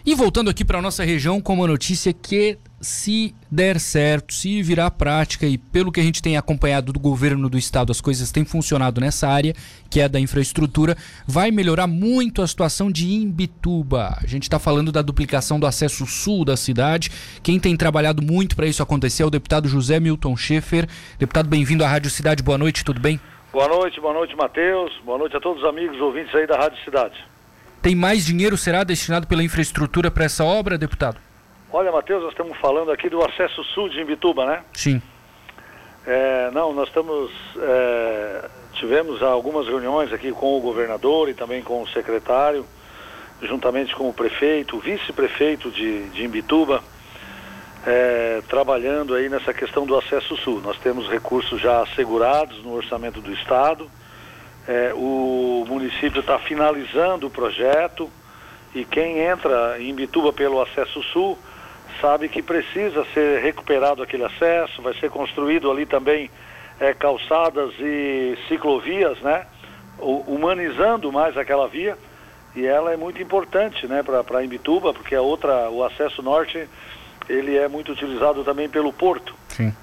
E voltando aqui para a nossa região com uma notícia que, se der certo, se virar prática e pelo que a gente tem acompanhado do governo do estado, as coisas têm funcionado nessa área, que é a da infraestrutura, vai melhorar muito a situação de Imbituba. A gente está falando da duplicação do acesso sul da cidade. Quem tem trabalhado muito para isso acontecer é o deputado José Milton Schaefer. Deputado, bem-vindo à Rádio Cidade. Boa noite, tudo bem? Boa noite, Matheus. Boa noite a todos os amigos ouvintes aí da Rádio Cidade. Tem mais dinheiro será destinado pela infraestrutura para essa obra, deputado? Olha, Matheus, nós estamos falando aqui do acesso sul de Imbituba, né? Sim. Tivemos algumas reuniões aqui com o governador e também com o secretário, juntamente com o prefeito, o vice-prefeito de Imbituba, trabalhando aí nessa questão do acesso sul. Nós temos recursos já assegurados no orçamento do estado. O município está finalizando o projeto e quem entra em Imbituba pelo acesso sul sabe que precisa ser recuperado aquele acesso. Vai ser construído ali também calçadas e ciclovias, né? Humanizando mais aquela via, e ela é muito importante, né, para Imbituba, porque o acesso norte ele é muito utilizado também pelo porto. Sim.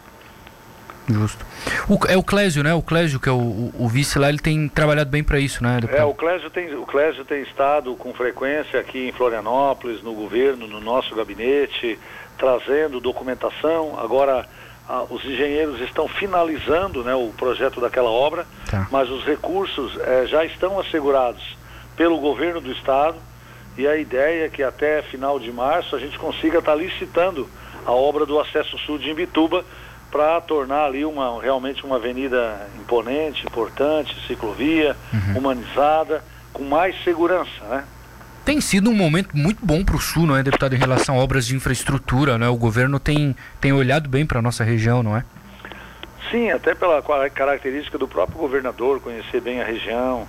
Justo. É o Clésio, né? O Clésio, que é o vice lá, ele tem trabalhado bem para isso, né, deputado? O Clésio tem estado com frequência aqui em Florianópolis, no governo, no nosso gabinete, trazendo documentação. Agora, os engenheiros estão finalizando, né, o projeto daquela obra, tá. Mas os recursos já estão assegurados pelo governo do estado, e a ideia é que até final de março a gente consiga estar licitando a obra do acesso sul de Imbituba, para tornar ali realmente uma avenida imponente, importante, ciclovia, humanizada, com mais segurança, né? Tem sido um momento muito bom para o sul, não é, deputado, em relação a obras de infraestrutura, né? O governo tem olhado bem para a nossa região, não é? Sim, até pela característica do próprio governador, conhecer bem a região.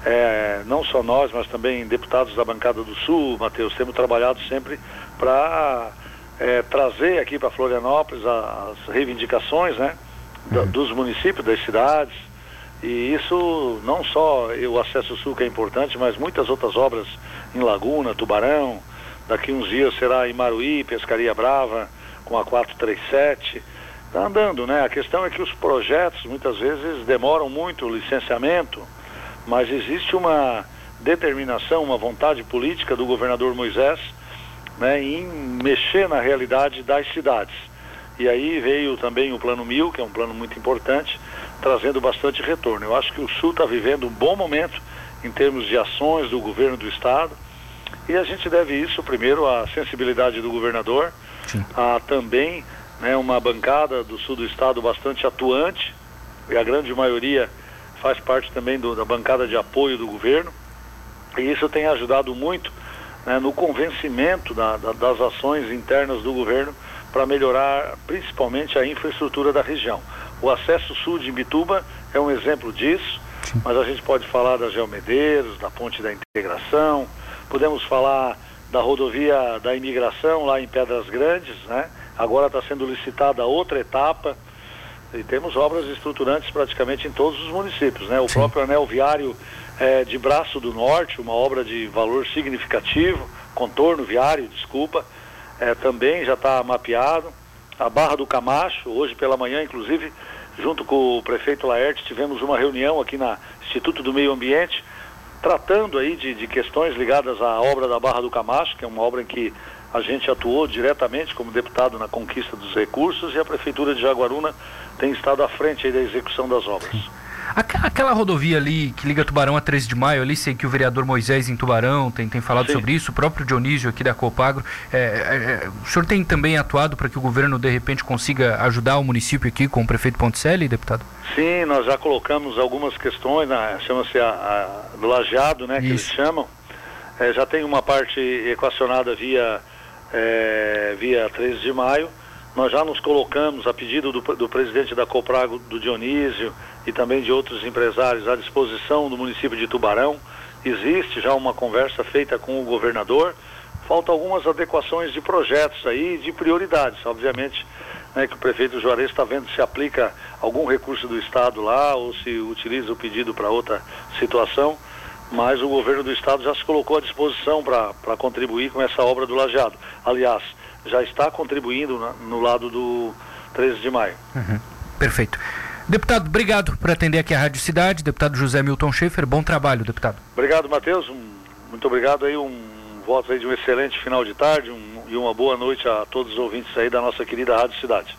Não só nós, mas também deputados da bancada do sul, Matheus, temos trabalhado sempre para trazer aqui para Florianópolis as reivindicações, né, dos municípios, das cidades, e isso não só o acesso sul que é importante, mas muitas outras obras em Laguna, Tubarão, daqui uns dias será em Maruí, Pescaria Brava, com a 437, está andando, né? A questão é que os projetos muitas vezes demoram muito o licenciamento, mas existe uma determinação, uma vontade política do governador Moisés, né, em mexer na realidade das cidades. E aí veio também o Plano 1000, que é um plano muito importante, trazendo bastante retorno. Eu acho que o Sul está vivendo um bom momento em termos de ações do governo do estado, e a gente deve isso primeiro à sensibilidade do governador, a também, né, uma bancada do sul do estado bastante atuante, e a grande maioria faz parte também da bancada de apoio do governo, e isso tem ajudado muito, né, no convencimento das ações internas do governo para melhorar principalmente a infraestrutura da região. O acesso sul de Imbituba é um exemplo disso, mas a gente pode falar da Geomedeiros, da Ponte da Integração, podemos falar da rodovia da imigração lá em Pedras Grandes, né? Agora está sendo licitada outra etapa, e temos obras estruturantes praticamente em todos os municípios, né? O próprio anel viário de Braço do Norte, uma obra de valor significativo, contorno viário, também já está mapeado. A Barra do Camacho, hoje pela manhã, inclusive, junto com o prefeito Laerte, tivemos uma reunião aqui no Instituto do Meio Ambiente, tratando aí de questões ligadas à obra da Barra do Camacho, que é uma obra em que a gente atuou diretamente como deputado na conquista dos recursos, e a Prefeitura de Jaguaruna tem estado à frente aí da execução das obras. Aquela rodovia ali que liga Tubarão a 13 de maio, ali sei que o vereador Moisés em Tubarão tem falado sobre isso, o próprio Dionísio aqui da Copagro. O senhor tem também atuado para que o governo de repente consiga ajudar o município aqui com o prefeito Ponticelli, deputado? Sim, nós já colocamos algumas questões, chama-se do lajeado, né, que eles chamam. Já tem uma parte equacionada via 13 de maio. Nós já nos colocamos, a pedido do presidente da Coprago, do Dionísio, e também de outros empresários, à disposição do município de Tubarão. Existe já uma conversa feita com o governador. Faltam algumas adequações de projetos aí, de prioridades. Obviamente, né, que o prefeito Juarez está vendo se aplica algum recurso do estado lá, ou se utiliza o pedido para outra situação. mas o governo do estado já se colocou à disposição para contribuir com essa obra do lajeado. Aliás, já está contribuindo no lado do 13 de maio. Perfeito. Deputado, obrigado por atender aqui a Rádio Cidade. Deputado José Milton Schaefer, bom trabalho, deputado. Obrigado, Matheus. Muito obrigado aí, um voto aí de um excelente final de tarde e uma boa noite a todos os ouvintes aí da nossa querida Rádio Cidade.